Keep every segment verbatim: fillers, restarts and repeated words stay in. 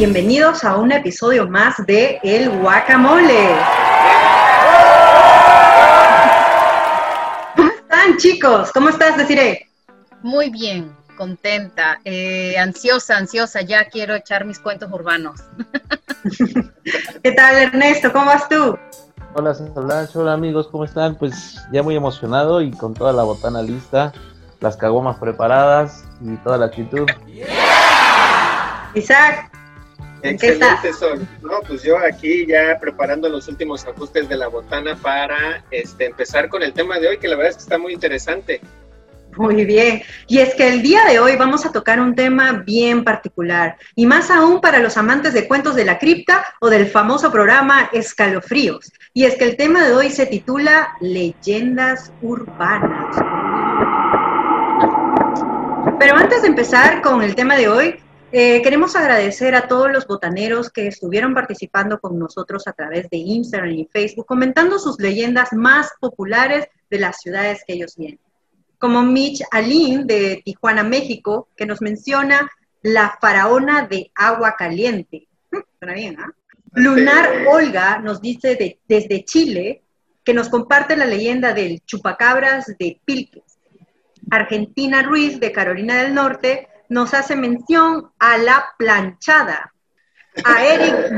bienvenidos a un episodio más de El Guacamole. ¿Cómo están, chicos? ¿Cómo estás, Desiree? Muy bien, contenta, eh, ansiosa, ansiosa, ya quiero echar mis cuentos urbanos. ¿Qué tal, Ernesto? ¿Cómo vas tú? Hola, Solange, hola amigos, ¿cómo están? Pues ya muy emocionado y con toda la botana lista, las caguamas preparadas y toda la actitud. Isaac, ¿en qué estás? Excelente, Sol. No, pues yo aquí ya preparando los últimos ajustes de la botana para este, empezar con el tema de hoy, que la verdad es que está muy interesante. Muy bien, y es que el día de hoy vamos a tocar un tema bien particular, y más aún para los amantes de cuentos de la cripta o del famoso programa Escalofríos. Y es que el tema de hoy se titula Leyendas Urbanas. Pero antes de empezar con el tema de hoy, eh, queremos agradecer a todos los botaneros que estuvieron participando con nosotros a través de Instagram y Facebook, comentando sus leyendas más populares de las ciudades que ellos vienen. Como Mitch Alin de Tijuana, México, que nos menciona la faraona de agua caliente. Suena bien, ¿ah? ¿eh? Lunar Olga nos dice de, desde Chile, que nos comparte la leyenda del chupacabras de Pilques. Argentina Ruiz de Carolina del Norte nos hace mención a la planchada. A Eric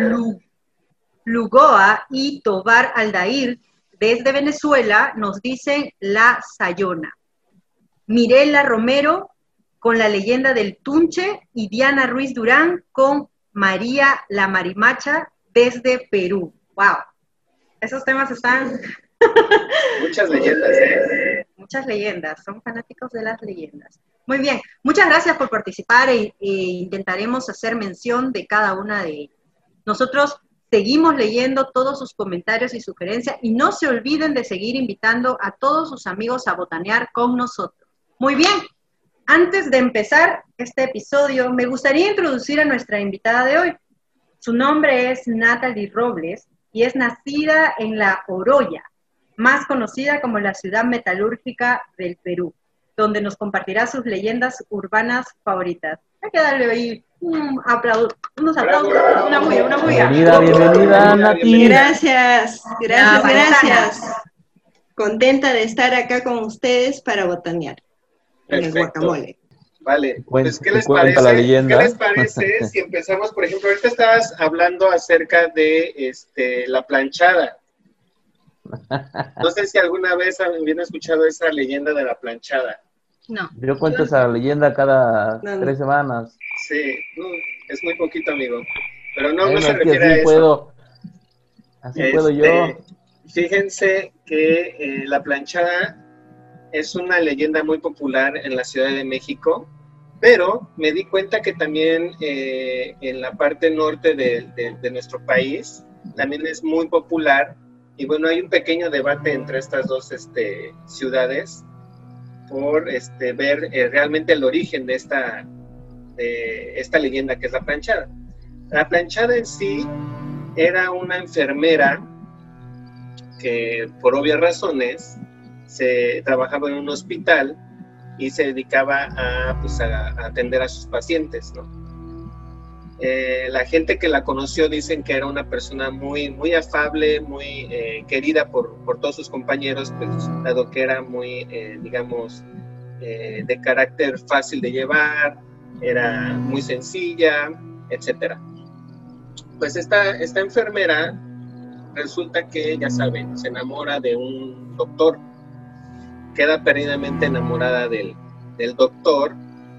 Lugoa y Tobar Aldair desde Venezuela nos dicen la Sayona. Mirela Romero con la leyenda del Tunche y Diana Ruiz Durán con María la Marimacha desde Perú. ¡Wow! Esos temas están... Muchas leyendas, ¿eh? Muchas leyendas, son fanáticos de las leyendas. Muy bien, muchas gracias por participar e, e intentaremos hacer mención de cada una de ellas. Nosotros seguimos leyendo todos sus comentarios y sugerencias y no se olviden de seguir invitando a todos sus amigos a botanear con nosotros. Muy bien, antes de empezar este episodio, me gustaría introducir a nuestra invitada de hoy. Su nombre es Natalie Robles y es nacida en La Oroya, más conocida como la ciudad metalúrgica del Perú, donde nos compartirá sus leyendas urbanas favoritas. Hay que darle ahí un aplauso, unos aplausos, una bulla, una bulla. Bienvenida, bienvenida, Nati. Gracias, gracias, Ya, gracias. Contenta de estar acá con ustedes para botanear. En el guacamole. Vale, pues ¿qué les Cuenta parece? la leyenda. ¿Qué les parece si empezamos, por ejemplo, ahorita estabas hablando acerca de este, la planchada? No sé si alguna vez habían escuchado esa leyenda de la planchada. No. Yo cuento esa leyenda cada No, no. tres semanas. Sí, no, es muy poquito, amigo. Pero no, Bueno, no se es que refiere a así eso. puedo, así Este, puedo yo. Fíjense que eh, la planchada es una leyenda muy popular en la Ciudad de México, pero me di cuenta que también eh, en la parte norte de, de, de nuestro país también es muy popular. Y bueno, hay un pequeño debate entre estas dos este, ciudades por este, ver eh, realmente el origen de esta, de esta leyenda que es la planchada. La planchada en sí era una enfermera que por obvias razones se trabajaba en un hospital y se dedicaba a, pues, a, a atender a sus pacientes, ¿no? Eh, la gente que la conoció dicen que era una persona muy, muy afable, muy eh, querida por, por todos sus compañeros, pues, dado que era muy, eh, digamos, eh, de carácter fácil de llevar, era muy sencilla, etcétera. Pues esta, esta enfermera resulta que, ya saben, se enamora de un doctor, queda perdidamente enamorada del, del doctor,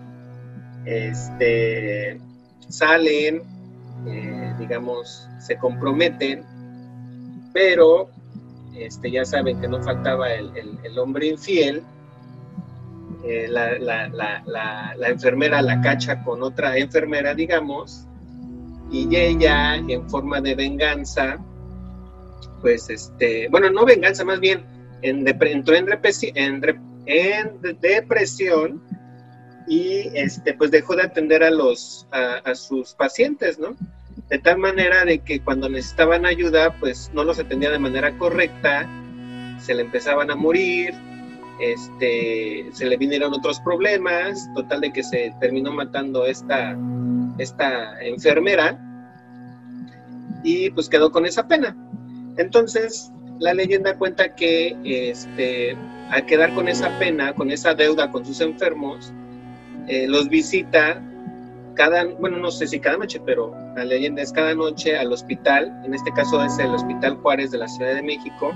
este, salen, eh, digamos, se comprometen, pero este, ya saben que no faltaba el, el, el hombre infiel. eh, la, la, la, la, la enfermera la cacha con otra enfermera, digamos, y ella, en forma de venganza, pues, este, bueno, no venganza, más bien, en depre, entró en, repesi, en, re, en depresión y, este, pues, dejó de atender a, los, a, a sus pacientes, ¿no? De tal manera de que cuando necesitaban ayuda, pues, no los atendía de manera correcta, se le empezaban a morir, este, se le vinieron otros problemas, total de que se terminó matando esta, esta enfermera, y pues quedó con esa pena. Entonces, la leyenda cuenta que este, al quedar con esa pena, con esa deuda con sus enfermos, eh, los visita cada, bueno, no sé si cada noche, pero la leyenda es cada noche al hospital, en este caso es el Hospital Juárez de la Ciudad de México,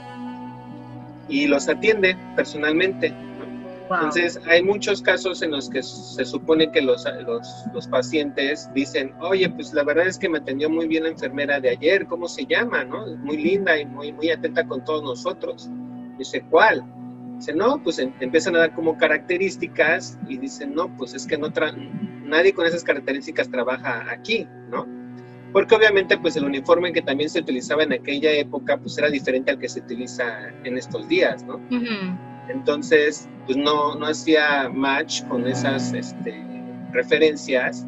y los atiende personalmente, ¿no? Wow. Entonces, hay muchos casos en los que se supone que los, los, los pacientes dicen, oye, pues la verdad es que me atendió muy bien la enfermera de ayer, ¿cómo se llama? ¿No? Es muy linda y muy, muy atenta con todos nosotros. Dice, ¿cuál? Dice, no, pues em, empiezan a dar como características y dicen, no, pues es que no tra- nadie con esas características trabaja aquí, ¿no? Porque obviamente pues el uniforme que también se utilizaba en aquella época pues era diferente al que se utiliza en estos días, ¿no? Uh-huh. Entonces pues no, no hacía match con esas este, referencias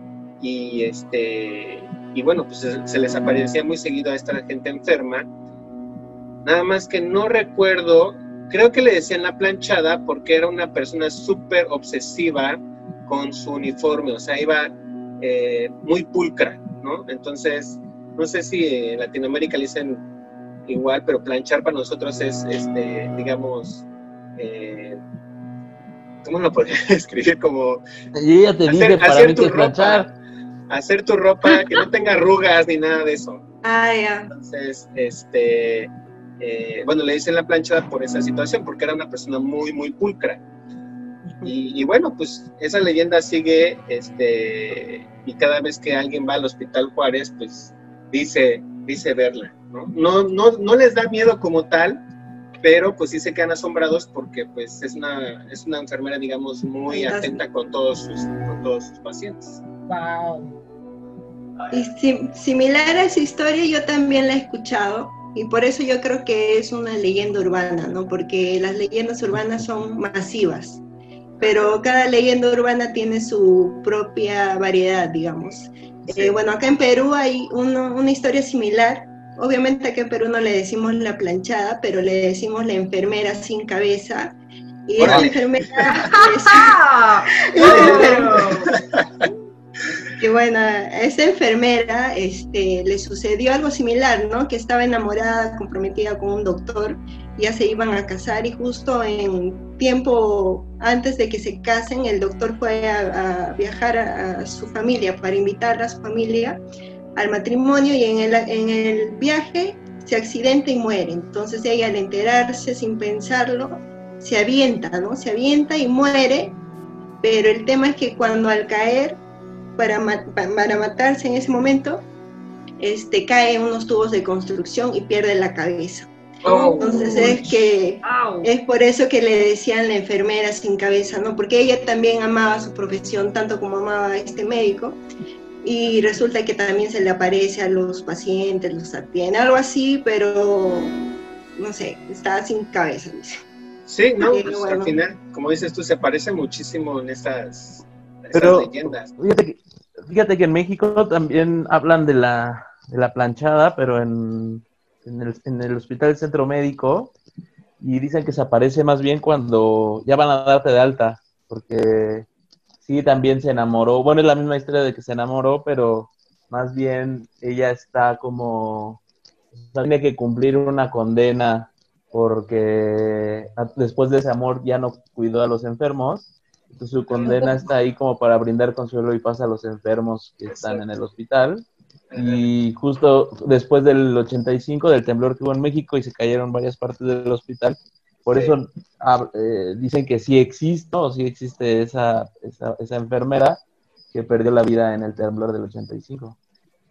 y, este, y bueno, pues se, se les aparecía muy seguido a esta gente enferma. Nada más que no recuerdo, creo que le decían la planchada porque era una persona súper obsesiva con su uniforme, o sea, iba eh, muy pulcra, ¿no? Entonces, no sé si en Latinoamérica le dicen igual, pero planchar para nosotros es, este, digamos, eh, ¿cómo lo podría describir? Como y ya te hacer, dije, para hacer mí tu que ropa, planchar. hacer tu ropa que no tenga arrugas ni nada de eso. Ah, ya. Entonces, este, eh, bueno, le dicen la planchada por esa situación, porque era una persona muy, muy pulcra. Y, y bueno, pues esa leyenda sigue, este, y cada vez que alguien va al Hospital Juárez, pues dice, dice verla, ¿no? No, no, no les da miedo como tal, pero pues sí se quedan asombrados porque pues es una, es una enfermera, digamos, muy atenta con todos sus, con todos sus pacientes. Wow. Y sim- similar a esa historia yo también la he escuchado, y por eso yo creo que es una leyenda urbana, ¿no? Porque las leyendas urbanas son masivas, pero cada leyenda urbana tiene su propia variedad, digamos. Sí. Eh, bueno, acá en Perú hay uno, una historia similar. Obviamente acá en Perú no le decimos la planchada, pero le decimos la enfermera sin cabeza. Y esta enfermera es... esta enfermera... Y bueno, a esa enfermera este, le sucedió algo similar, ¿no? Que estaba enamorada, comprometida con un doctor, ya se iban a casar y justo en tiempo antes de que se casen, el doctor fue a, a viajar a, a su familia para invitar a su familia al matrimonio y en el, en el viaje se accidenta y muere. Entonces ella al enterarse sin pensarlo, se avienta, ¿no? Se avienta y muere, pero el tema es que cuando al caer, Para, para matarse en ese momento, este, cae en unos tubos de construcción y pierde la cabeza. Oh, Entonces es que oh. es por eso que le decían la enfermera sin cabeza, ¿no? Porque ella también amaba su profesión tanto como amaba a este médico, y resulta que también se le aparece a los pacientes, los atiende, algo así, pero no sé, está sin cabeza, dice. Sí, no, pues, bueno. Al final, como dices tú, se parece muchísimo en estas, estas pero, leyendas. Fíjate que, fíjate que en México también hablan de la, de la planchada, pero en, en, el, en el Hospital del Centro Médico, y dicen que se aparece más bien cuando ya van a darte de alta, porque sí, también se enamoró. Bueno, es la misma historia de que se enamoró, pero más bien ella está como... O sea, tiene que cumplir una condena porque después de ese amor ya no cuidó a los enfermos. Entonces su condena está ahí como para brindar consuelo y paz a los enfermos que están en el hospital. Y justo después del ochenta y cinco, del temblor que hubo en México y se cayeron varias partes del hospital, por eso eh, dicen que sí existe, o sí existe esa, esa, esa enfermera que perdió la vida en el temblor del ochenta y cinco.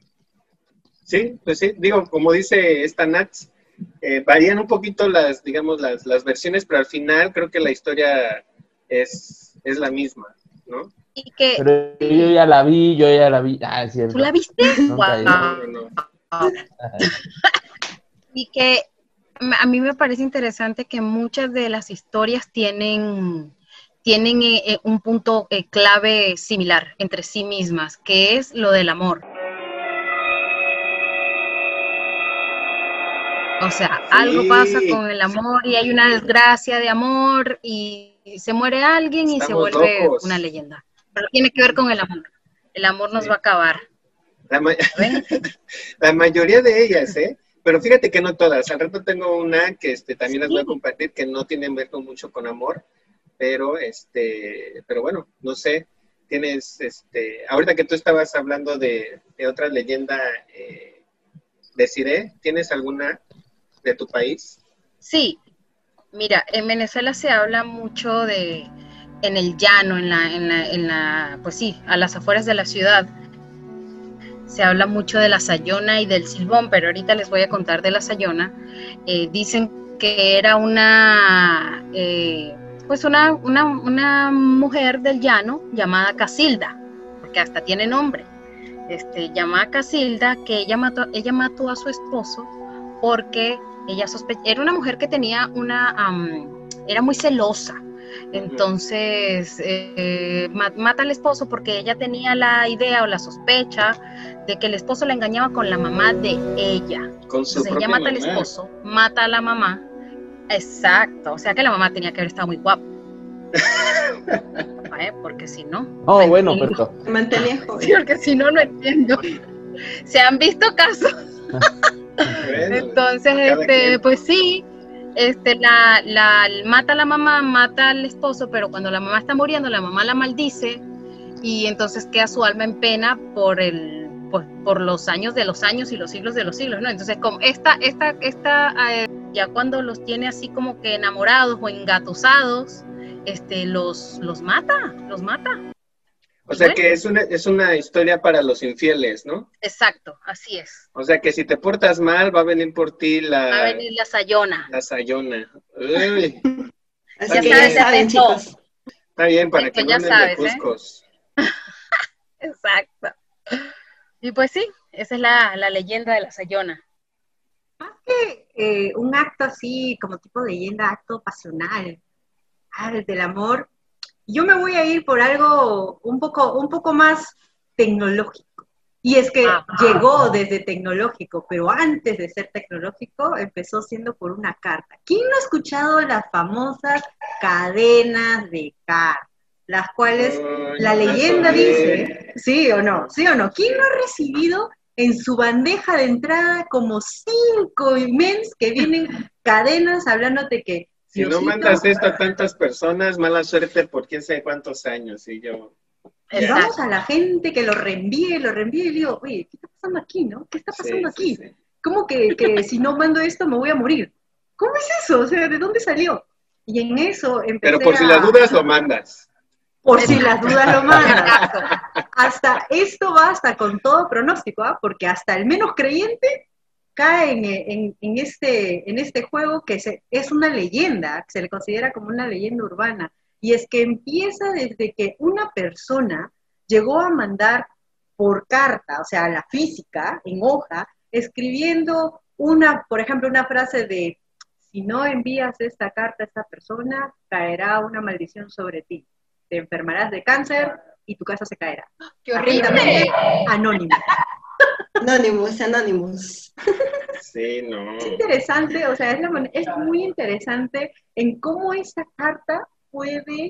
Sí, pues sí, digo, como dice esta Nats, eh, varían un poquito las, digamos, las, las versiones, pero al final creo que la historia es, es la misma, ¿no? Y que, pero yo ya la vi, yo ya la vi. Ah, es cierto. ¿Tú la viste? Nunca Wow. No, no, no. Y que a mí me parece interesante que muchas de las historias tienen, tienen eh, un punto eh, clave similar entre sí mismas, que es lo del amor. O sea, sí. Algo pasa con el amor y hay una desgracia de amor y se muere alguien y Estamos se vuelve locos. Una leyenda. Pero tiene que ver con el amor. El amor nos sí. va a acabar. La, ma la mayoría de ellas, ¿eh? Pero fíjate que no todas. Al rato tengo una que este, también las voy a compartir, que no tienen que ver con mucho con amor, pero, este, pero bueno, no sé. Tienes, este, ahorita que tú estabas hablando de, de otra leyenda, eh, Desiree, ¿tienes alguna de tu país? Sí, mira, en Venezuela se habla mucho de, en el llano, en la, en la, en la, pues sí, a las afueras de la ciudad, se habla mucho de la Sayona y del Silbón, pero ahorita les voy a contar de la Sayona. Eh, dicen que era una... Eh, pues una, una, una mujer del llano llamada Casilda, porque hasta tiene nombre, este, llamada Casilda, que ella mató, ella mató a su esposo porque ella sospechaba, era una mujer que tenía una, um, era muy celosa, entonces eh, mata al esposo porque ella tenía la idea o la sospecha de que el esposo la engañaba con la mamá de ella, con su entonces ella mata mamá. al esposo, mata a la mamá. Exacto, o sea que la mamá tenía que haber estado muy guapa. ¿Eh? Porque si no... Oh, no bueno, entiendo. pero... Se mantenía joven. Sí, porque si no, no entiendo. Se han visto casos. Bueno, entonces, este, quien. pues sí, este, la, la, mata a la mamá, mata al esposo, pero cuando la mamá está muriendo, la mamá la maldice y entonces queda su alma en pena por el... Pues, por los años de los años y los siglos de los siglos, ¿no? Entonces, como esta, esta, esta eh, ya cuando los tiene así como que enamorados o engatusados, este, los, los mata, los mata. O sea, bueno, que es una, es una historia para los infieles, ¿no? Exacto, así es. O sea, que si te portas mal, va a venir por ti la... Va a venir la Sayona. La Sayona. Uy. Así que ya saben, chicos. Está bien, para pues que no anden sabes, de cuscos. ¿eh? Exacto. Y pues sí, esa es la, la leyenda de la Sayona. Más que eh, un acto así, como tipo leyenda, acto pasional, ah, del amor, yo me voy a ir por algo un poco, un poco más tecnológico. Y es que ah, llegó desde tecnológico, pero antes de ser tecnológico empezó siendo por una carta. ¿Quién no ha escuchado las famosas cadenas de cartas? Las cuales oh, la leyenda dice, sí o no, sí o no, ¿quién no ha recibido en su bandeja de entrada como cinco emails que vienen cadenas hablándote que si Diosito, no mandas esto a tantas personas, mala suerte por quién sabe cuántos años, y yo... Y vamos a la gente que lo reenvíe, lo reenvíe, y le digo, oye, ¿qué está pasando aquí, no? ¿Qué está pasando sí, aquí? Sí, sí. ¿Cómo que, que si no mando esto me voy a morir? ¿Cómo es eso? O sea, ¿de dónde salió? Y en eso empecé Pero por a... si las dudas lo mandas. Por si las dudas lo mandas. Hasta esto va hasta con todo pronóstico, ¿ah? Porque hasta el menos creyente cae en, en, en, este, en este juego que se, es una leyenda, se le considera como una leyenda urbana. Y es que empieza desde que una persona llegó a mandar por carta, o sea, la física, en hoja, escribiendo una, por ejemplo, una frase de, si no envías esta carta a esta persona, caerá una maldición sobre ti. Te enfermarás de cáncer y tu casa se caerá. ¡Qué horrible! Anónimo. Anonymous, Anonymous. Sí, no. Es interesante, o sea, es, la, es muy interesante en cómo esta carta puede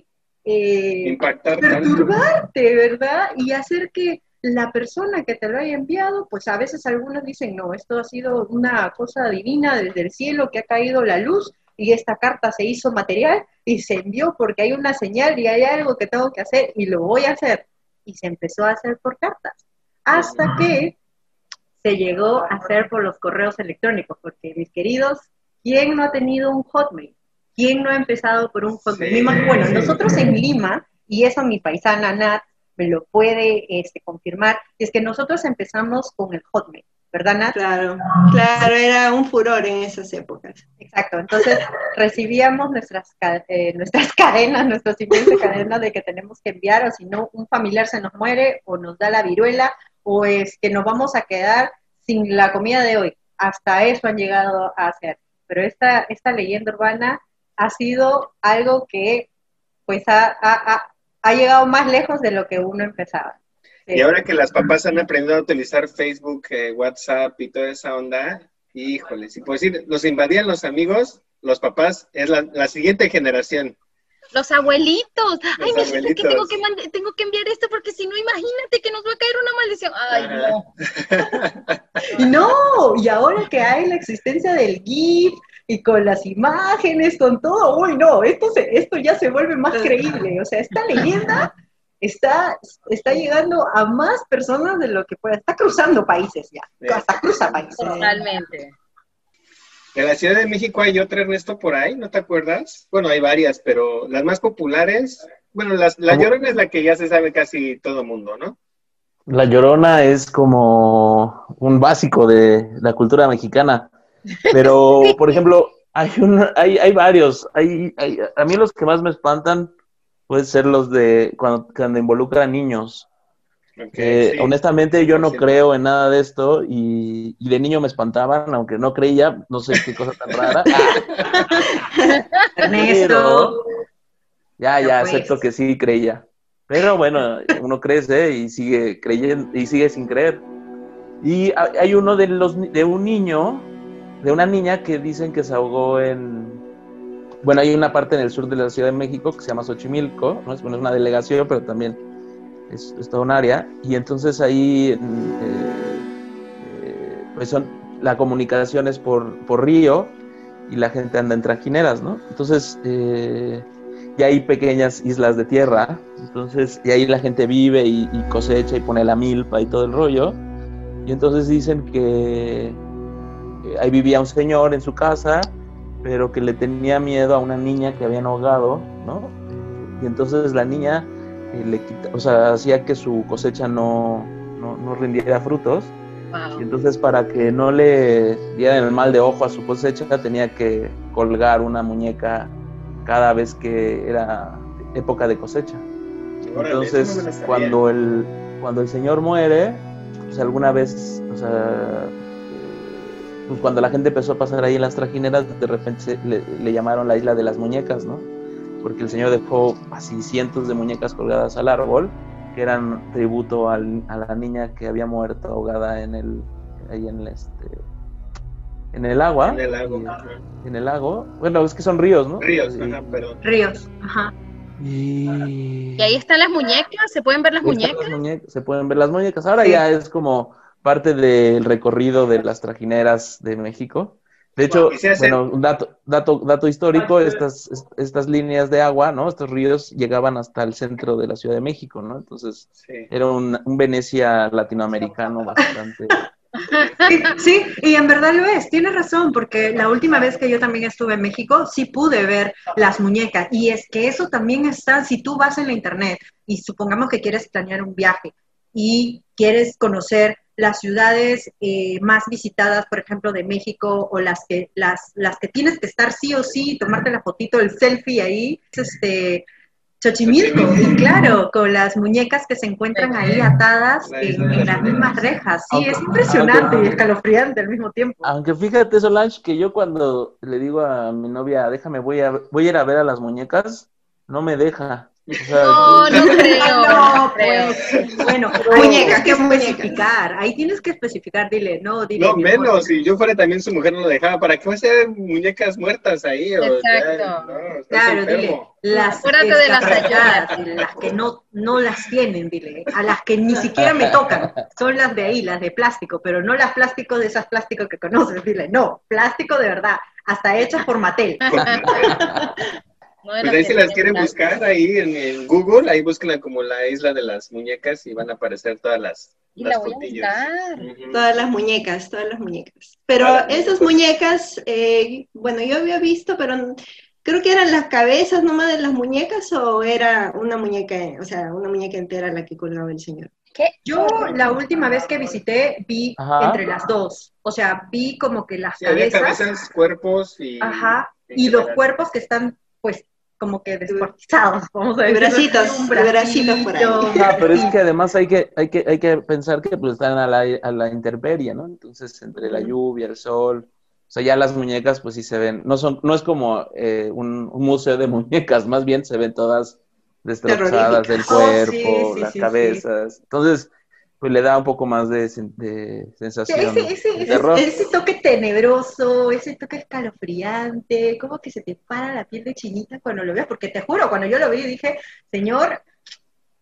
eh, impactar, perturbarte, tanto. ¿Verdad? Y hacer que la persona que te lo haya enviado, pues a veces algunos dicen, no, esto ha sido una cosa divina desde el cielo que ha caído la luz y esta carta se hizo material y se envió porque hay una señal y hay algo que tengo que hacer y lo voy a hacer. Y se empezó a hacer por cartas. Hasta que se llegó a hacer por los correos electrónicos, porque mis queridos, ¿quién no ha tenido un Hotmail? ¿Quién no ha empezado por un Hotmail? Sí, bueno, sí. Nosotros en Lima, y eso mi paisana Nat me lo puede este, confirmar, es que nosotros empezamos con el Hotmail, ¿verdad, Nat? Claro, claro, era un furor en esas épocas. Exacto, entonces recibíamos nuestras, eh, nuestras cadenas, nuestros emails de cadena de que tenemos que enviar, o si no, un familiar se nos muere, o nos da la viruela, o es que nos vamos a quedar sin la comida de hoy. Hasta eso han llegado a hacer. Pero esta, esta leyenda urbana ha sido algo que pues ha, ha, ha llegado más lejos de lo que uno empezaba. Sí. Y ahora que las papás han aprendido a utilizar Facebook, eh, WhatsApp y toda esa onda, híjole, si puedo decir, los invadían los amigos, los papás, es la, la siguiente generación. Los abuelitos. Los Ay, mijito, abuelitos. que tengo que, tengo que enviar esto porque si no, imagínate que nos va a caer una maldición. canción. Ay, no. Y no, y ahora que hay la existencia del GIF y con las imágenes, con todo, uy, no, esto, se, esto ya se vuelve más creíble. O sea, esta leyenda está, está llegando a más personas de lo que pueda. Está cruzando países ya, Sí. hasta cruza países. Totalmente. De la Ciudad de México hay otra, Ernesto, por ahí, ¿no te acuerdas? Bueno, hay varias, pero las más populares, bueno, las, La Llorona es la que ya se sabe casi todo mundo, ¿no? La Llorona es como un básico de la cultura mexicana. Pero, por ejemplo, hay, un, hay, hay varios. Hay, hay, a mí los que más me espantan pueden ser los de cuando, cuando involucran niños. Okay, Eh, sí, honestamente, yo no cien por ciento. creo en nada de esto y, y de niño me espantaban, aunque no creía, no sé qué cosa tan rara. Ernesto, Ya, Ya ya, pues. acepto que sí creía. Pero bueno, uno crece y sigue creyendo y sigue sin creer. Y ha- hay uno de los ni- de un niño, de una niña que dicen que se ahogó en, bueno, hay una parte en el sur de la Ciudad de México que se llama Xochimilco, ¿no? Es, bueno, es una delegación, pero también es, es toda un área. Y entonces ahí, mm, eh, eh, pues son, la comunicación es por, por río y la gente anda en trajineras, ¿no? Entonces, eh, y hay pequeñas islas de tierra, entonces, y ahí la gente vive y, y cosecha y pone la milpa y todo el rollo. Y entonces dicen que eh, ahí vivía un señor en su casa, pero que le tenía miedo a una niña que habían ahogado, ¿no? Y entonces la niña eh, le quita, o sea, hacía que su cosecha no, no, no rindiera frutos. Wow. Y entonces para que no le dieran el mal de ojo a su cosecha, tenía que colgar una muñeca cada vez que era época de cosecha. Órale, eso no me Entonces, lo sabía. cuando el, cuando el señor muere, pues alguna vez, o sea, eh, pues cuando la gente empezó a pasar ahí en las trajineras, de repente se- le, le llamaron la isla de las muñecas, ¿no? Porque el señor dejó así cientos de muñecas colgadas al árbol, que eran tributo al, a la niña que había muerto ahogada en el, ahí en el, este, en el agua. En el lago. Y, Ajá. en el lago. Bueno, es que son ríos, ¿no? Ríos, Y- ajá, perdón. Ríos, ajá. Y... Y ahí están las muñecas, ¿se pueden ver las Ahí están muñecas? las muñecas, se pueden ver las muñecas. Ahora Sí. ya es como parte del recorrido de las trajineras de México. De hecho, Y se hacen- bueno, un dato, dato, dato histórico, estas, est- estas líneas de agua, ¿no? Estos ríos llegaban hasta el centro de la Ciudad de México, ¿no? Entonces, Sí. era un, un Venecia latinoamericano bastante... Sí, sí, y en verdad lo es, tienes razón, porque la última vez que yo también estuve en México, sí pude ver las muñecas, y es que eso también está, si tú vas en la internet, y supongamos que quieres planear un viaje, y quieres conocer las ciudades eh, más visitadas, por ejemplo, de México, o las que, las, las que tienes que estar sí o sí, tomarte la fotito, el selfie ahí, es este... Xochimilco, y claro, con las muñecas que se encuentran ahí atadas La en, isla de en las las muñecas. mismas rejas. Sí, Aunque- es impresionante aunque- y escalofriante al mismo tiempo. Aunque fíjate, Solange, que yo cuando le digo a mi novia, déjame, voy a, voy a ir a ver a las muñecas, no me deja. O sea, No, no creo. No, no creo. pues, bueno, Pero- ahí Muñeca, tienes que ¿qué muñeca? especificar, ahí tienes que especificar, dile, no, dile. No, mi amor, menos, si yo fuera también su mujer no lo dejaba. ¿Para qué va a ser muñecas muertas ahí? O Exacto. Ya, no, estás Claro, dile, enfermo. las Acuérdate de las escapuladas, las que no, no las tienen, dile, a las que ni siquiera me tocan, son las de ahí, las de plástico, pero no las plásticos de esas plásticos que conoces, dile, no, plástico de verdad, hasta hechas por Mattel. No de Pues las ahí que si las tienen quieren plástico. buscar ahí en, en Google, ahí búsquenla como la isla de las muñecas y van a aparecer todas las, Y las la voy a fotillos. buscar. Ujú. Todas las muñecas, todas las muñecas. Pero Todas las esas muñecas. muñecas, eh, bueno, yo había visto, pero creo que eran las cabezas nomás de las muñecas o era una muñeca, o sea, una muñeca entera la que colgaba el señor. ¿Qué? Yo la última vez que visité vi Ajá. entre las dos, o sea, vi como que las Sí, había cabezas, cabezas, cuerpos y... ajá, en y los general. cuerpos que están pues como que descuartizados, vamos a Y decirlo así, bracitos, un y bracitos por ahí. bracito, Ah, pero es sí. que además hay que, hay que, hay que pensar que pues están a la, a la intemperie, ¿no? Entonces, entre la lluvia, el sol, o sea, ya las muñecas pues sí se ven, no son, no es como eh, un, un museo de muñecas, más bien se ven todas destrozadas del Terroríficas. Oh, sí, cuerpo, sí, las sí, cabezas. Entonces, pues le da un poco más de, sen- de sensación Ese, ese, de ese, terror. ese toque tenebroso, ese toque escalofriante, como que se te para la piel de chinita cuando lo ves, porque te juro, cuando yo lo vi dije, señor,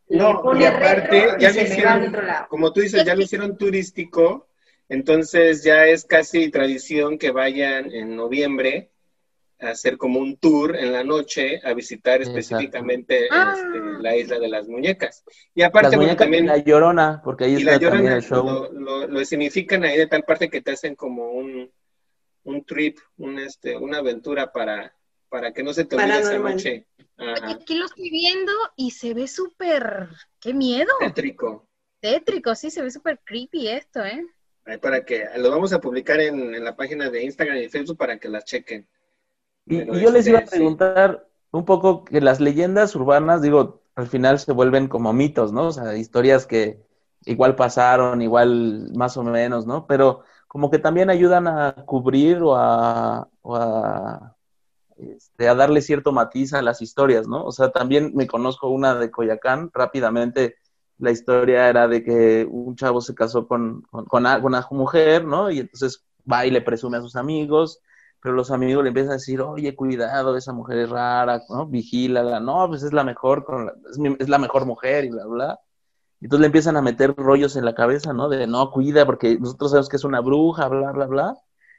le No, pone y aparte, retro ya y lo se me va al hicieron, otro lado. como tú dices, ya lo hicieron turístico, entonces ya es casi tradición que vayan en noviembre a hacer como un tour en la noche a visitar Exacto. específicamente Ah. este, la Isla de las Muñecas. Y Las aparte, bueno, muñecas y también, la Llorona, porque ahí y la está también Llorona el show. lo, lo, lo escenifican ahí de tal parte que te hacen como un, un trip, un, este, una aventura para, para que no se te olvide esa Paranormal. noche. Oye, Ajá. aquí lo estoy viendo y se ve súper, qué miedo, Tétrico. tétrico, sí, se ve súper creepy esto, ¿eh? Ahí para que lo vamos a publicar en, en la página de Instagram y Facebook para que las chequen. Y, Pero y yo les iba a este, sí. preguntar un poco que las leyendas urbanas, digo, al final se vuelven como mitos, ¿no? O sea, historias que igual pasaron, igual más o menos, ¿no? Pero como que también ayudan a cubrir o a, o a, este, a darle cierto matiz a las historias, ¿no? O sea, también me conozco una de Coyoacán, rápidamente la historia era de que un chavo se casó con, con, con una mujer, ¿no? Y entonces va y le presume a sus amigos, pero los amigos le empiezan a decir, oye, cuidado, esa mujer es rara, ¿no? Vigílala, no, pues es la mejor, con la, es, mi, es la mejor mujer y bla, bla. Y entonces le empiezan a meter rollos en la cabeza, ¿no? De no, cuida, porque nosotros sabemos que es una bruja, bla, bla, bla.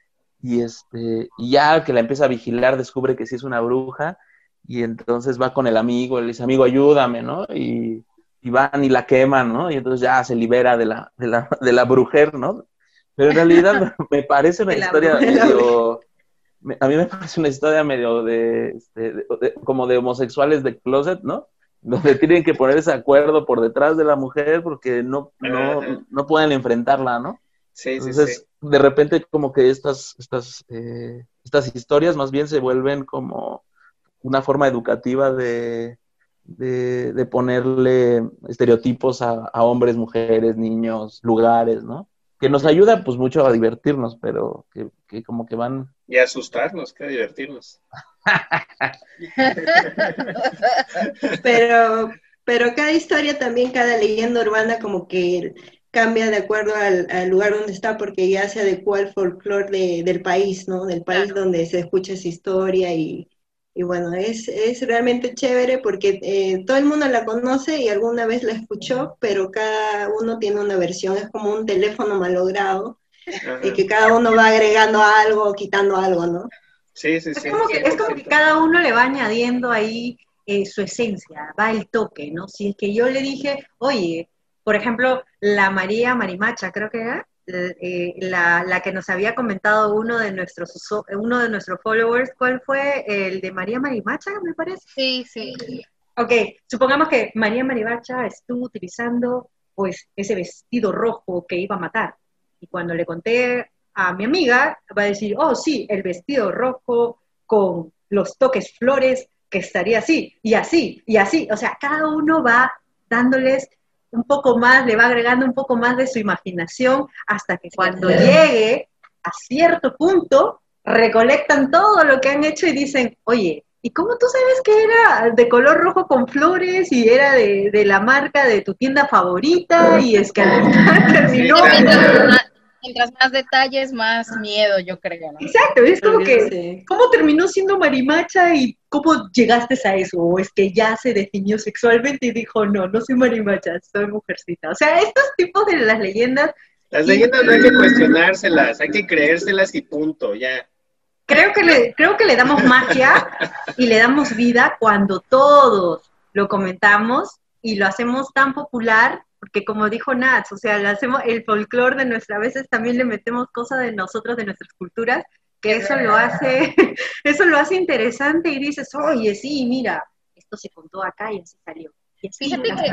Y, este, y ya que la empieza a vigilar, descubre que sí es una bruja, y entonces va con el amigo, le dice, amigo, ayúdame, ¿no? Y, y van y la queman, ¿no? Y entonces ya se libera de la, de la, de la brujer, ¿no? Pero en realidad me parece una historia medio... A mí me parece una historia medio de, este, de, de, como de homosexuales de closet, ¿no? Donde tienen que ponerse de acuerdo por detrás de la mujer porque no, no, no pueden enfrentarla, ¿no? Sí, Entonces, sí, sí. de repente como que estas, estas, eh, estas historias más bien se vuelven como una forma educativa de, de, de ponerle estereotipos a, a hombres, mujeres, niños, lugares, ¿no? Que nos ayuda pues mucho a divertirnos, pero que, que como que van... Y asustarnos, que divertirnos. pero, pero cada historia también, cada leyenda urbana como que cambia de acuerdo al, al lugar donde está, porque ya se adecua al folclore de, del país, ¿no? Del país claro. Donde se escucha esa historia y, y bueno, es, es realmente chévere porque eh, todo el mundo la conoce y alguna vez la escuchó, pero cada uno tiene una versión, es como un teléfono malogrado, y que cada uno va agregando algo, quitando algo, ¿no? Sí, sí, sí. Es como que, es como que cada uno le va añadiendo ahí eh, su esencia, va el toque, ¿no? Si es que yo le dije, oye, por ejemplo, la María Marimacha, creo que era, eh, la, la que nos había comentado uno de nuestros uno de nuestros followers, ¿cuál fue? El de María Marimacha, me parece. Sí, sí. Ok, supongamos que María Marimacha estuvo utilizando, pues, ese vestido rojo que iba a matar. Y cuando le conté a mi amiga, va a decir, oh, sí, el vestido rojo con los toques flores, que estaría así, y así, y así. O sea, cada uno va dándoles un poco más, le va agregando un poco más de su imaginación, hasta que cuando llegue a cierto punto, recolectan todo lo que han hecho y dicen, oye, ¿y cómo tú sabes que era de color rojo con flores y era de, de la marca de tu tienda favorita? Y es que al final terminó... Mientras más detalles, más miedo, yo creo, ¿no? Exacto, es como que, sí. ¿Cómo terminó siendo marimacha y cómo llegaste a eso? ¿O es que ya se definió sexualmente y dijo, no, no soy marimacha, soy mujercita? O sea, estos tipos de las leyendas... Las leyendas y... no hay que cuestionárselas, hay que creérselas y punto, ya. Creo que le, creo que le damos magia y le damos vida cuando todos lo comentamos y lo hacemos tan popular, porque como dijo Nats, o sea, le hacemos el folclore de nuestra, a veces también le metemos cosas de nosotros, de nuestras culturas, que eso lo hace, eso lo hace interesante y dices, oye, sí, mira, esto se contó acá y así salió. Y así Fíjate que...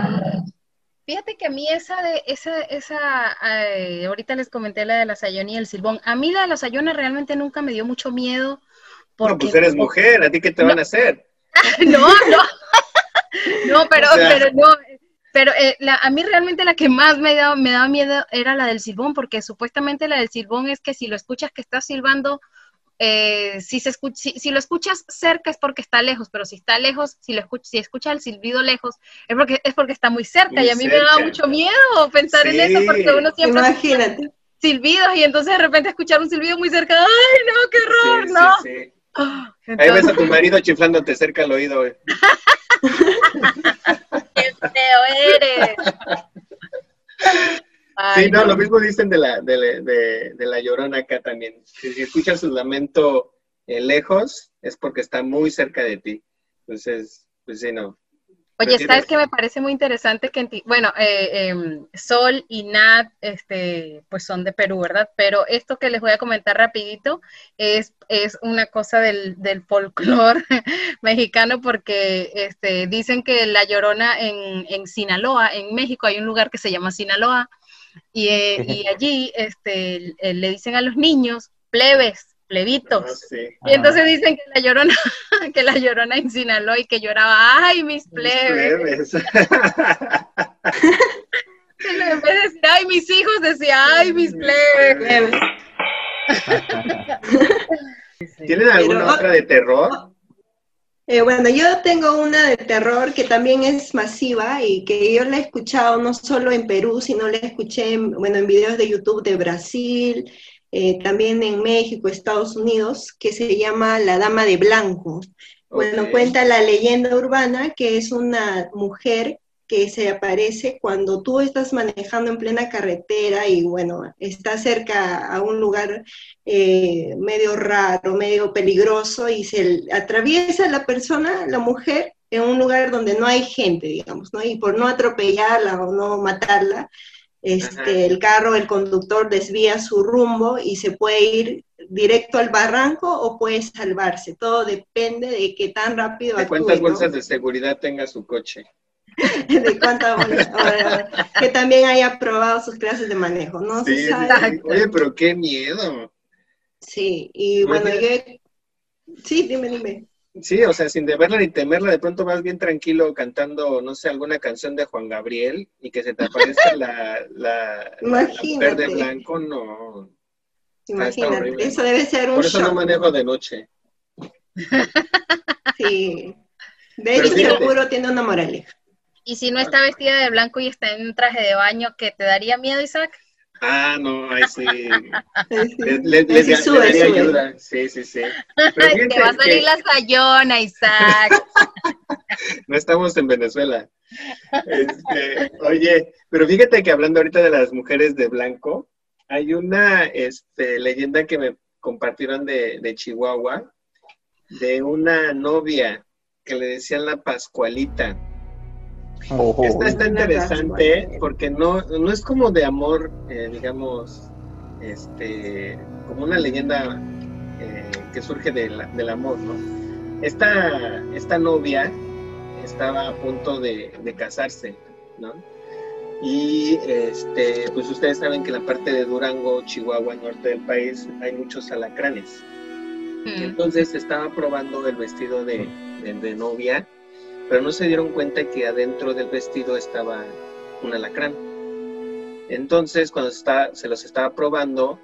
Fíjate que a mí esa de, esa, esa, eh, ahorita les comenté la de la Sayona y el Silbón. A mí la de la Sayona realmente nunca me dio mucho miedo. Porque, no, pues eres mujer, ¿a ti qué te no, van a hacer? No, no. No, pero, o sea, pero no. Pero eh, la, a mí realmente la que más me daba, me daba miedo era la del Silbón, porque supuestamente la del Silbón es que si lo escuchas que está silbando, Eh, si, se escucha, si, si lo escuchas cerca es porque está lejos, pero si está lejos, si lo escuchas, si escuchas el silbido lejos, es porque, es porque está muy cerca, muy y a mí cerca. Me daba mucho miedo pensar sí. en eso, porque uno siempre imagínate silbidos y entonces de repente escuchar un silbido muy cerca, ¡ay no, qué horror! Sí, no. Sí, sí. Oh, entonces... Ahí ves a tu marido chiflándote cerca al oído, eh. Qué feo. feo eres. Ay, sí, no, no. lo mismo dicen de la, de, la- de, de la Llorona acá también. Que si escuchas su lamento eh, lejos, es porque está muy cerca de ti. Entonces, pues sí, no. Oye, Prefieres- ¿sabes qué me parece muy interesante? Que en ti, bueno, eh, em, Sol y Nat, este, pues son de Perú, ¿verdad? Pero esto que les voy a comentar rapidito es, es una cosa del, del folclore mexicano, porque este, dicen que La Llorona en, en Sinaloa, en México, hay un lugar que se llama Sinaloa, y, eh, y allí este, eh, le dicen a los niños plebes, plebitos. Ah, sí. Y entonces dicen que la Llorona, que la Llorona en Sinaloa y que lloraba, ay, mis plebes. Plebes. En vez de decir, ay, mis hijos, decía, ay, mis plebes. ¿Tienen alguna Pero- otra de terror? Eh, bueno, yo tengo una de terror que también es masiva y que yo la he escuchado no solo en Perú, sino la escuché en, bueno, en videos de YouTube de Brasil, eh, también en México, Estados Unidos, que se llama La Dama de Blanco. Bueno, Ok. cuenta la leyenda urbana que es una mujer que se aparece cuando tú estás manejando en plena carretera y bueno, está cerca a un lugar eh, medio raro, medio peligroso y se atraviesa la persona, la mujer, en un lugar donde no hay gente, digamos, ¿no? Y por no atropellarla o no matarla, este, el carro, el conductor desvía su rumbo y se puede ir directo al barranco o puede salvarse. Todo depende de qué tan rápido ¿De actúe, cuántas ¿no? bolsas de seguridad tenga su coche? De cuánta bolsa, que también haya probado sus clases de manejo, ¿no? Sí, Se sí, sabe. sí. Oye, pero qué miedo. Sí, y bueno, yo he... Sí, dime, dime. Sí, o sea, sin deberla ni temerla, de pronto vas bien tranquilo cantando, no sé, alguna canción de Juan Gabriel y que se te aparezca la, la, la mujer de Imagínate. blanco, no. Está, está Imagínate, horrible. eso debe ser un Por eso shock. no manejo de noche. Sí. De Pero hecho, fíjate. seguro tiene una moraleja. Y si no está vestida de blanco y está en un traje de baño, ¿qué te daría miedo, Isaac? Ah, no, ahí sí. Sí. Le, le- Ahí le- sí le sube, daría sube. ayuda. Sí, sí, sí. Pero Ay, fíjate te va a salir que la sayona, Isaac. no estamos en Venezuela. Este, oye, pero fíjate que hablando ahorita de las mujeres de blanco, hay una este, leyenda que me compartieron de, de Chihuahua, de una novia que le decían la Pascualita. Oh, Esta está Una interesante Pascualita. porque no, no es como de amor, eh, digamos, este, como una leyenda eh, que surge de la- del amor, ¿no? Esta, esta novia estaba a punto de, de casarse, ¿no? Y este, pues ustedes saben que en la parte de Durango, Chihuahua, norte del país, hay muchos alacranes. Mm. Entonces estaba probando el vestido de, de, de novia, pero no se dieron cuenta que adentro del vestido estaba un alacrán. Entonces, cuando se, estaba, se los estaba probando,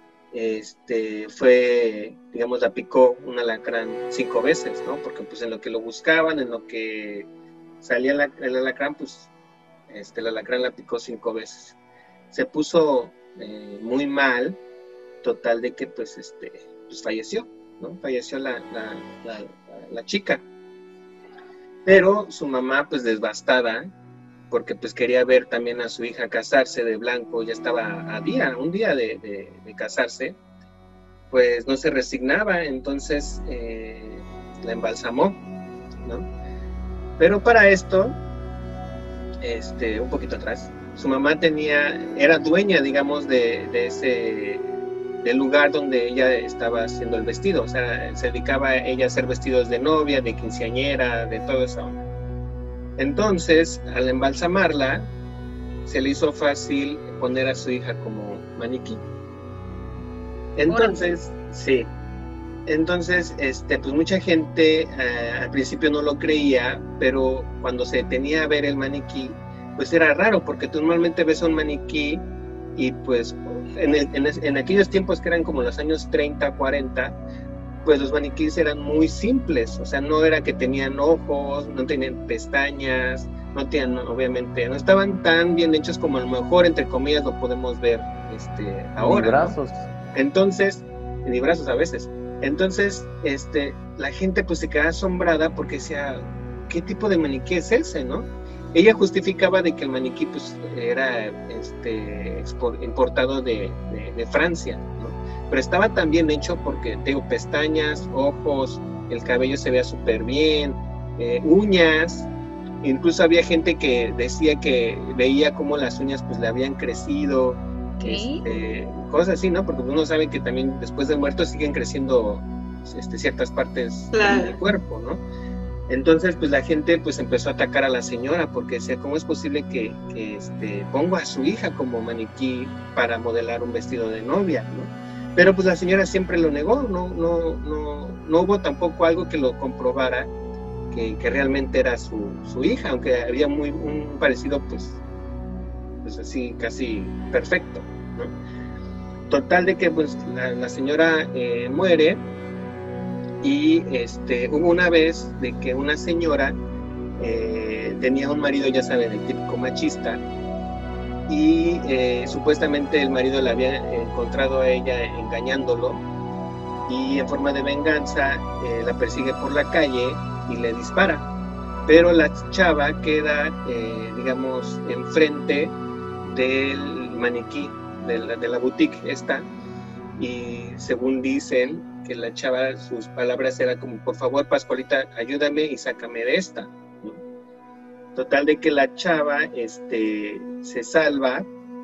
este, fue, digamos, la picó un alacrán cinco veces, ¿no? Porque pues en lo que lo buscaban, en lo que salía el, el alacrán, pues este, el alacrán la picó cinco veces. Se puso eh, muy mal, total de que pues, este, pues falleció, ¿no? Falleció la, la, la, la, la chica. Pero su mamá, pues devastada, porque pues quería ver también a su hija casarse de blanco, ya estaba a día, un día de, de, de casarse, pues no se resignaba, entonces eh, la embalsamó, ¿no? Pero para esto, este, un poquito atrás, su mamá tenía, era dueña, digamos, de, de ese, del lugar donde ella estaba haciendo el vestido, o sea, se dedicaba ella a hacer vestidos de novia, de quinceañera, de todo eso. Entonces, al embalsamarla, se le hizo fácil poner a su hija como maniquí. Entonces, sí. Entonces, este, pues mucha gente eh, al principio no lo creía, pero cuando se detenía a ver el maniquí, pues era raro, porque tú normalmente ves a un maniquí y pues en, el, en, en aquellos tiempos que eran como los años treinta, cuarenta, pues los maniquíes eran muy simples, o sea, no era que tenían ojos, no tenían pestañas, no tenían, obviamente, no estaban tan bien hechos como a lo mejor, entre comillas, lo podemos ver este, ahora. Ni brazos. ¿No? Entonces, ni brazos a veces. Entonces, este, la gente pues se quedaba asombrada porque decía, ¿qué tipo de maniquí es ese, no? ella justificaba de que el maniquí pues era este, importado de, de, de Francia, ¿no? Pero estaba tan bien hecho porque tengo pestañas, ojos, el cabello se veía súper bien, eh, uñas, incluso había gente que decía que veía cómo las uñas pues le habían crecido, este, cosas así, ¿no? Porque uno sabe que también después de muerto siguen creciendo este, ciertas partes claro. del cuerpo, ¿no? Entonces, pues la gente pues empezó a atacar a la señora porque decía, ¿cómo es posible que, que este, ponga a su hija como maniquí para modelar un vestido de novia, ¿no? Pero pues la señora siempre lo negó, no, no, no, no hubo tampoco algo que lo comprobara que, que realmente era su, su hija, aunque había muy, un parecido pues, pues así casi perfecto, ¿no? Total de que pues la, la señora eh, muere. Y este, hubo una vez de que una señora eh, tenía un marido, ya saben, el típico machista, y eh, supuestamente el marido la había encontrado a ella engañándolo, y en forma de venganza eh, la persigue por la calle y le dispara. Pero la chava queda, eh, digamos, enfrente del maniquí, de la, de la boutique esta, y según dicen, que la chava, sus palabras eran como, por favor, Pascualita, ayúdame y sácame de esta, ¿no? Total de que la chava este, se salva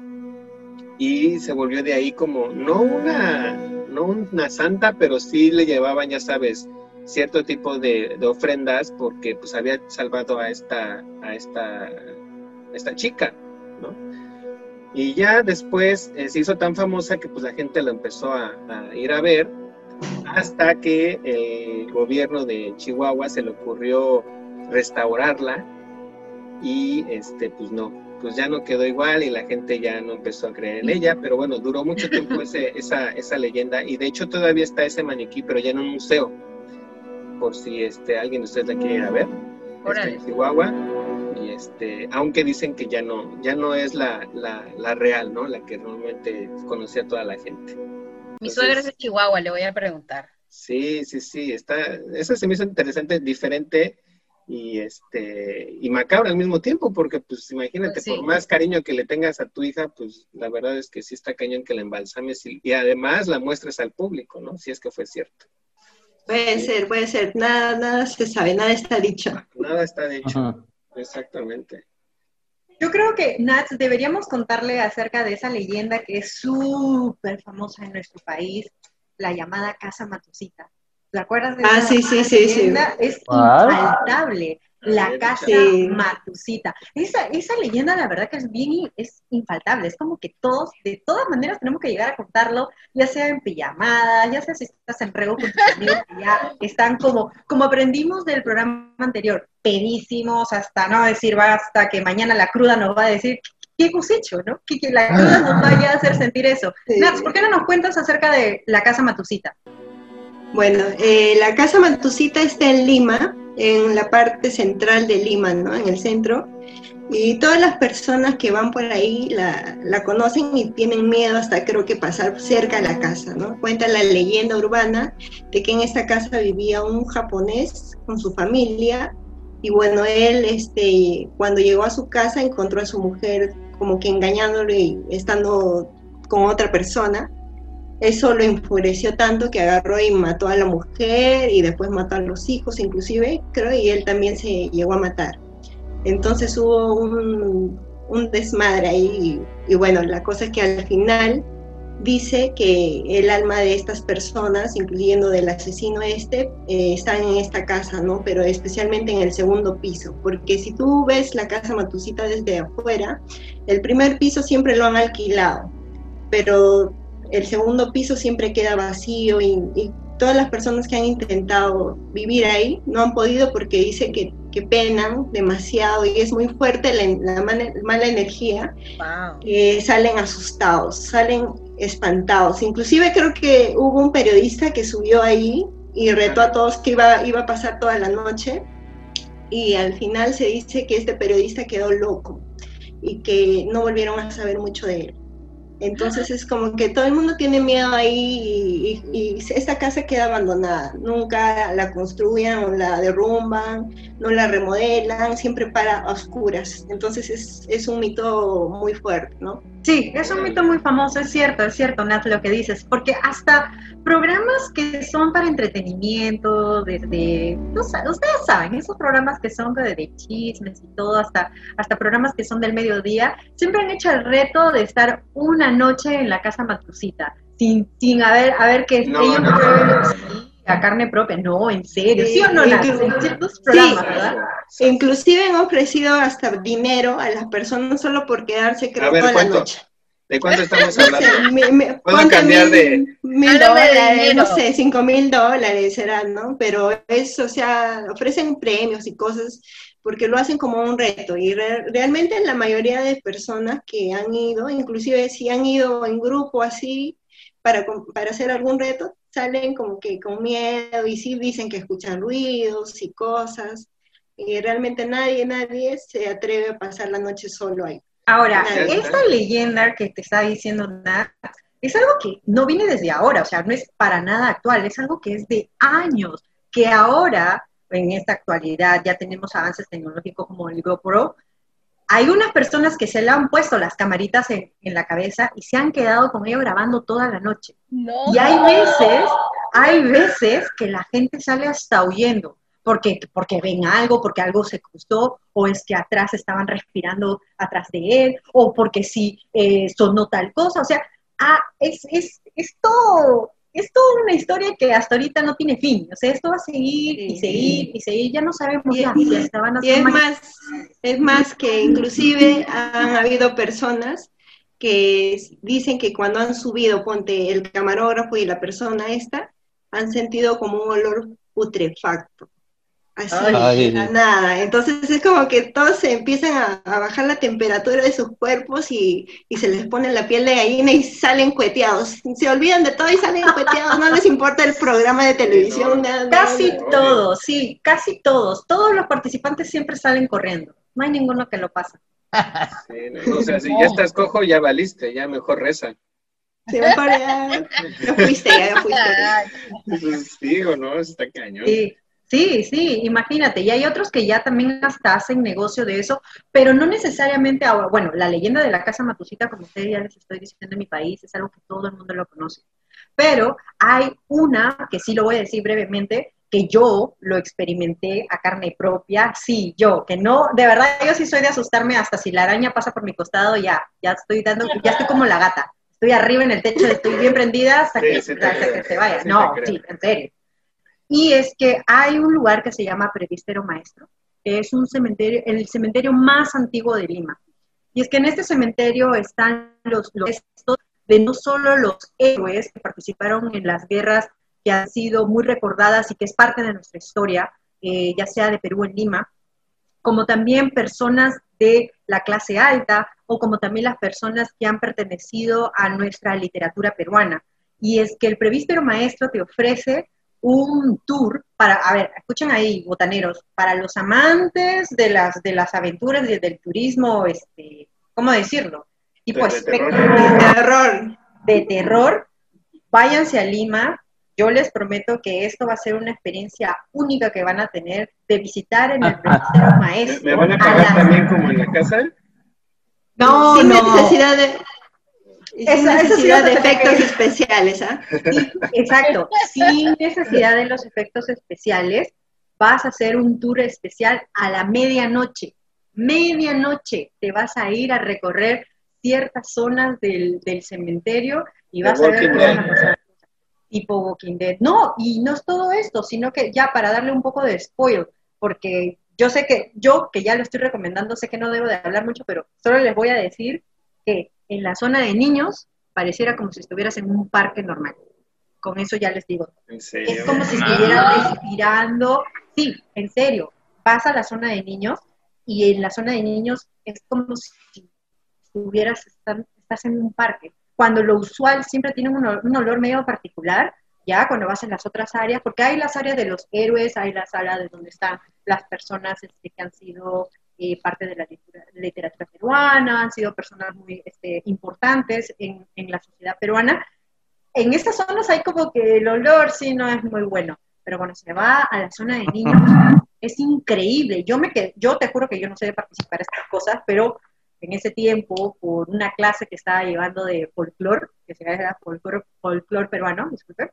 y se volvió de ahí como, no una, no una santa, pero sí le llevaban, ya sabes, cierto tipo de, de ofrendas porque pues había salvado a esta, a esta, a esta chica, ¿no? Y ya después eh, se hizo tan famosa que pues la gente la empezó a, a ir a ver, hasta que el gobierno de Chihuahua se le ocurrió restaurarla y este pues no, pues ya no quedó igual y la gente ya no empezó a creer en ella, pero bueno, duró mucho tiempo ese, esa, esa leyenda y de hecho todavía está ese maniquí, pero ya en un museo, por si este, alguien de ustedes la quiere ir a ver, está en Chihuahua, y este, aunque dicen que ya no, ya no es la, la, la real, ¿no? La que normalmente conocía toda la gente. Mi suegra es de Chihuahua, le voy a preguntar. Sí, sí, sí, está, eso se me hizo interesante, diferente y este y macabro al mismo tiempo, porque pues imagínate, sí. Por más cariño que le tengas a tu hija, pues la verdad es que sí está cañón que la embalsames y, y además la muestres al público, ¿no? Si es que fue cierto. Puede sí. ser, puede ser, nada, nada se sabe, nada está dicho. Nada está dicho, ajá. Exactamente. Yo creo que, Nats, deberíamos contarle acerca de esa leyenda que es súper famosa en nuestro país, la llamada Casa Matusita. ¿Te acuerdas de ah, esa sí, sí, sí, leyenda? Sí. Es infaltable, la ver, Casa sí. Matusita. Esa, esa leyenda, la verdad que es bien, es infaltable. Es como que todos, de todas maneras, tenemos que llegar a contarlo, ya sea en pijamada, ya sea si estás en rego con tus amigos que ya están como, como aprendimos del programa anterior, pedísimos, hasta no decir basta, que mañana la cruda nos va a decir qué hemos hecho, ¿no? Que, que la cruda nos vaya a hacer sentir eso. Sí. Nats, ¿por qué no nos cuentas acerca de la Casa Matusita? Bueno, eh, la Casa Matusita está en Lima, en la parte central de Lima, ¿no? En el centro, y todas las personas que van por ahí la, la conocen y tienen miedo hasta creo que pasar cerca de la casa, ¿no? Cuenta la leyenda urbana de que en esta casa vivía un japonés con su familia, y bueno, él este, cuando llegó a su casa encontró a su mujer como que engañándole y estando con otra persona. Eso lo enfureció tanto que agarró y mató a la mujer y después mató a los hijos inclusive, creo, y él también se llegó a matar. Entonces hubo un, un desmadre ahí y, y bueno, la cosa es que al final dice que el alma de estas personas, incluyendo del asesino este, eh, están en esta casa, ¿no? Pero especialmente en el segundo piso, porque si tú ves la Casa Matusita desde afuera, el primer piso siempre lo han alquilado, pero el segundo piso siempre queda vacío y, y todas las personas que han intentado vivir ahí no han podido porque dice que, que penan demasiado y es muy fuerte la, la mala, mala energía, wow. Que salen asustados, salen espantados. Inclusive creo que hubo un periodista que subió ahí y retó a todos que iba, iba a pasar toda la noche y al final se dice que este periodista quedó loco y que no volvieron a saber mucho de él. Entonces es como que todo el mundo tiene miedo ahí y, y, y esta casa queda abandonada. Nunca la construyen o la derrumban, no la remodelan, siempre para a oscuras. Entonces es, es un mito muy fuerte, ¿no? Sí, es un mito muy famoso, es cierto, es cierto, Nat, lo que dices, porque hasta programas que son para entretenimiento, desde, no sé, ustedes saben, esos programas que son de, de chismes y todo, hasta, hasta programas que son del mediodía, siempre han hecho el reto de estar una noche en la casa Matucita, sin, sin haber, a ver que No, ellos no, prueben no. sí, a carne propia, no, en serio, ¿sí, Sí, o no, Nat? inclu- En ciertos programas, sí. ¿verdad? Inclusive han ofrecido hasta dinero a las personas solo por quedarse, A creo, ver, toda la ¿cuánto? noche. ¿De cuánto estamos No hablando? sé, mi- mi- ¿Puedo ponte cambiar mil, de...? mil Háblame de dólares, dinero. no sé, cinco mil dólares serán, ¿no? Pero es, o sea, ofrecen premios y cosas porque lo hacen como un reto. Y re- realmente la mayoría de personas que han ido, inclusive si han ido en grupo así para, com- para hacer algún reto, salen como que con miedo y sí dicen que escuchan ruidos y cosas. Y realmente nadie, nadie se atreve a pasar la noche solo ahí. Ahora, Ya Nadie. está. esta leyenda que te está diciendo Nat es algo que no viene desde ahora, o sea, no es para nada actual, es algo que es de años, que ahora, en esta actualidad, ya tenemos avances tecnológicos como el GoPro. Hay unas personas que se le han puesto las camaritas en, en la cabeza y se han quedado con ello grabando toda la noche. No. Y hay veces, hay veces que la gente sale hasta huyendo, porque, porque ven algo, porque algo se cruzó, o es que atrás estaban respirando atrás de él, o porque sí eh, sonó tal cosa. O sea, ah, es, es, es, todo, es toda una historia que hasta ahorita no tiene fin. O sea, esto va a seguir y Sí. seguir y seguir. Ya no sabemos Y, ya si hasta van a y ser es más. más, es más que inclusive han habido personas que s- dicen que cuando han subido, ponte el camarógrafo y la persona esta, han sentido como un olor putrefacto, así Ay. de la nada. Entonces es como que todos se empiezan a, a bajar la temperatura de sus cuerpos y, y se les pone la piel de gallina y salen cueteados. Se olvidan de todo y salen cueteados, no les importa el programa de televisión, no. nada, nada, Casi nada. todos, sí, casi todos. Todos los participantes siempre salen corriendo. No hay ninguno que lo pasa. Sí, no, o sea, si ya estás cojo, ya valiste, ya mejor reza. Sí, mejor ya, ya fuiste, ya, ya fuiste. Entonces, digo, ¿no? Eso está cañón. Sí, sí, sí, imagínate. Y hay otros que ya también hasta hacen negocio de eso, pero no necesariamente ahora. Bueno, la leyenda de la casa Matucita, como ustedes ya les estoy diciendo en mi país, es algo que todo el mundo lo conoce. Pero hay una, que sí lo voy a decir brevemente, que yo lo experimenté a carne propia, sí, yo, que no, de verdad yo sí soy de asustarme hasta si la araña pasa por mi costado, ya, ya estoy dando, ya estoy como la gata, estoy arriba en el techo, estoy bien prendida hasta, Sí, que, sí te hasta creo, que se vaya. sí No, te creo. sí, en serio. Y es que hay un lugar que se llama Presbítero Maestro, que es un cementerio, el cementerio más antiguo de Lima. Y es que en este cementerio están los, los restos de no solo los héroes que participaron en las guerras que han sido muy recordadas y que es parte de nuestra historia, eh, ya sea de Perú en Lima, como también personas de la clase alta o como también las personas que han pertenecido a nuestra literatura peruana. Y es que el Presbítero Maestro te ofrece un tour para, a ver, escuchen ahí, botaneros, para los amantes de las, de las aventuras y del turismo, este, ¿cómo decirlo? Tipo De- de espectro, terror. De terror. de terror, váyanse a Lima. Yo les prometo que esto va a ser una experiencia única que van a tener de visitar en el Presbítero ¿Me, Maestro. me van a a pagar las- también como en la casa? No, sin no. necesidad de, y sin Eso- eso sí necesidad vas a de tener efectos que- especiales, ¿ah? Sí, exacto. Sin necesidad de los efectos especiales, vas a hacer un tour especial a la medianoche. Medianoche te vas a ir a recorrer ciertas zonas del, del cementerio y The vas a ver Walking que van a Dead. pasar tipo Walking Dead. No, y no es todo esto, sino que ya para darle un poco de spoil, porque yo sé que, yo que ya lo estoy recomendando, sé que no debo de hablar mucho, pero solo les voy a decir que en la zona de niños pareciera como si estuvieras en un parque normal. Con eso ya les digo. ¿En Es serio? como si estuvieras respirando. Sí, en serio. Vas a la zona de niños y en la zona de niños es como si estuvieras, están- estás en un parque. Cuando lo usual siempre tiene un olor, un olor medio particular, ya cuando vas en las otras áreas, porque hay las áreas de los héroes, hay las áreas de donde están las personas este, que han sido eh, parte de la literatura, literatura peruana, han sido personas muy este, importantes en, en la sociedad peruana. En estas zonas hay como que el olor sí no es muy bueno, pero cuando se va a la zona de niños es increíble. Yo, me quedé, yo te juro que yo no sé de participar en estas cosas, pero en ese tiempo, por una clase que estaba llevando de folclore, que se llama folclore, folclore peruano, disculpe,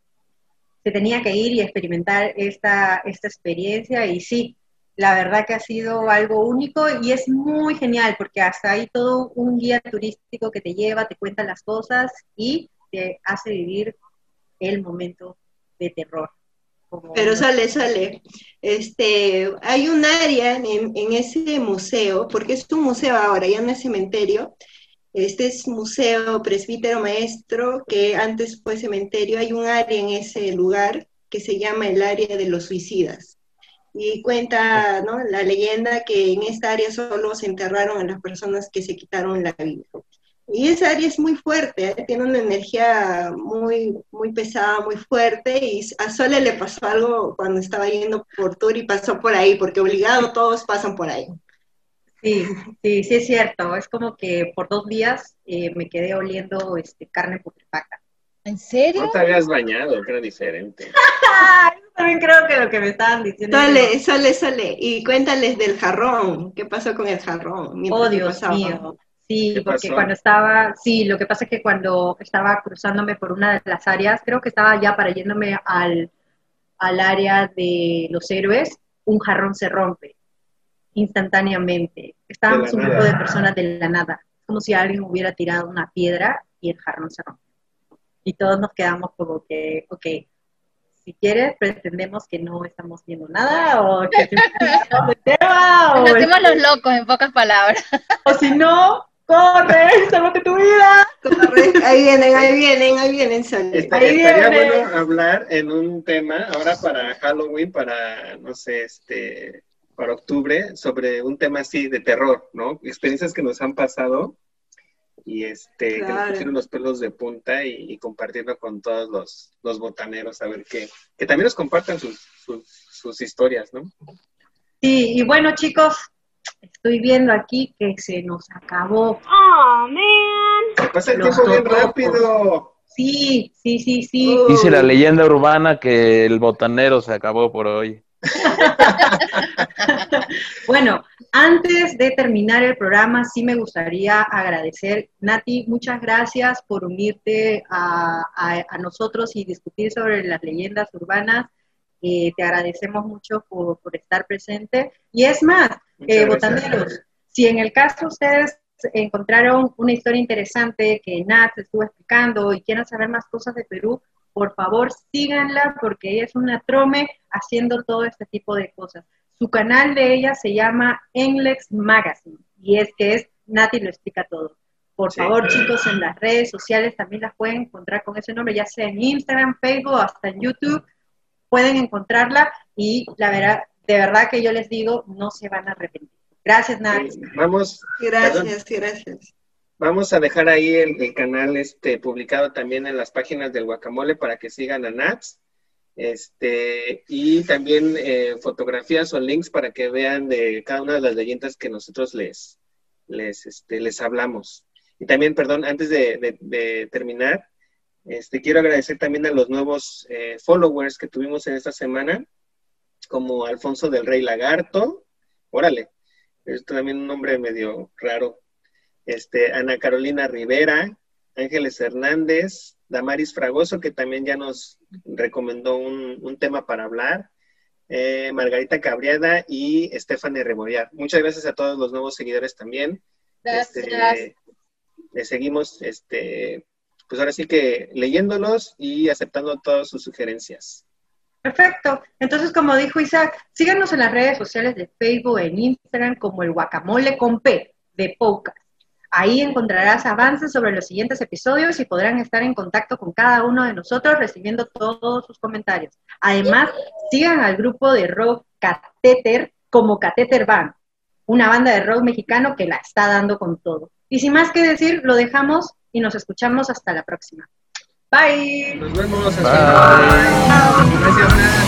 se tenía que ir y experimentar esta, esta experiencia, y sí, la verdad que ha sido algo único y es muy genial, porque hasta hay todo un guía turístico que te lleva, te cuenta las cosas y te hace vivir el momento de terror. Pero sale, sale. Este, hay un área en, en ese museo, porque es un museo ahora, ya no es cementerio. Este es Museo Presbítero Maestro, que antes fue cementerio. Hay un área en ese lugar que se llama el área de los suicidas. Y cuenta, ¿no?, la leyenda que en esta área solo se enterraron a las personas que se quitaron la vida. Y esa área es muy fuerte, ¿eh? Tiene una energía muy, muy pesada, muy fuerte, y a Sole le pasó algo cuando estaba yendo por tour y pasó por ahí, porque obligado todos pasan por ahí. Sí, sí, sí es cierto, es como que por dos días eh, me quedé oliendo este, carne putrefacta. ¿En serio? No te habías bañado, que era diferente. Yo también creo que lo que me estaban diciendo. Sole, Sole, Sole, y cuéntales del jarrón, ¿qué pasó con el jarrón? Oh, Dios mío. Sí, porque pasó? cuando estaba, sí, lo que pasa es que cuando estaba cruzándome por una de las áreas, creo que estaba ya para yéndome al, al área de los héroes, un jarrón se rompe instantáneamente. Estábamos un grupo de personas de la nada, como si alguien hubiera tirado una piedra y el jarrón se rompe. Y todos nos quedamos como que, ok, si quieres, pretendemos que no estamos viendo nada, o que nos tema, o nos hacemos los locos, en pocas palabras. O si no, corre, sálvate tu vida. Corre, ahí vienen, ahí vienen, ahí vienen. Sole. Está, ahí estaría viene. bueno hablar en un tema, ahora para Halloween, para, no sé, este, para octubre, sobre un tema así de terror, ¿no? Experiencias que nos han pasado y este, claro, que nos pusieron los pelos de punta, y, y compartirlo con todos los, los botaneros, a ver qué, que también nos compartan sus, sus, sus historias, ¿no? Sí, y bueno, chicos, estoy viendo aquí que se nos acabó. ¡Oh, man! Se pasa el los tiempo bien rápido. Sí, sí, sí, sí. Dice la leyenda urbana que el botanero se acabó por hoy. Bueno, antes de terminar el programa, sí me gustaría agradecer, Nati, muchas gracias por unirte a, a, a nosotros y discutir sobre las leyendas urbanas. Eh, te agradecemos mucho por, por estar presente. Y es más, eh, botaneros, si en el caso ustedes encontraron una historia interesante que Nat estuvo explicando y quieren saber más cosas de Perú, por favor síganla, porque ella es una trome haciendo todo este tipo de cosas. Su canal de ella se llama Enlex Magazine, y es que es, Nati lo explica todo. Por sí, favor, sí, chicos, en las redes sociales también las pueden encontrar con ese nombre, ya sea en Instagram, Facebook, hasta en YouTube, pueden encontrarla, y la verdad, de verdad que yo les digo, no se van a arrepentir. Gracias, Nati. Sí, vamos. Gracias, perdón. gracias. Vamos a dejar ahí el, el canal este publicado también en las páginas del Guacamole para que sigan a Nats. Este, y también eh, fotografías o links para que vean de cada una de las leyendas que nosotros les, les, este, les hablamos. Y también, perdón, antes de, de, de terminar, este, quiero agradecer también a los nuevos eh, followers que tuvimos en esta semana, como Alfonso del Rey Lagarto, órale, es también un nombre medio raro. Este, Ana Carolina Rivera, Ángeles Hernández, Damaris Fragoso, que también ya nos recomendó un, un tema para hablar, eh, Margarita Cabriada y Stephanie Rebollar. Muchas gracias a todos los nuevos seguidores también. Gracias. Este, les seguimos, este, pues ahora sí que leyéndolos y aceptando todas sus sugerencias. Perfecto. Entonces, como dijo Isaac, síganos en las redes sociales de Facebook e Instagram como el Guacamole con P de Podcast. Ahí encontrarás avances sobre los siguientes episodios y podrán estar en contacto con cada uno de nosotros recibiendo todos sus comentarios. Además, sigan al grupo de rock Catéter como Catéter Band, una banda de rock mexicano que la está dando con todo. Y sin más que decir, lo dejamos y nos escuchamos hasta la próxima. Bye. Nos vemos. Hasta luego. Gracias.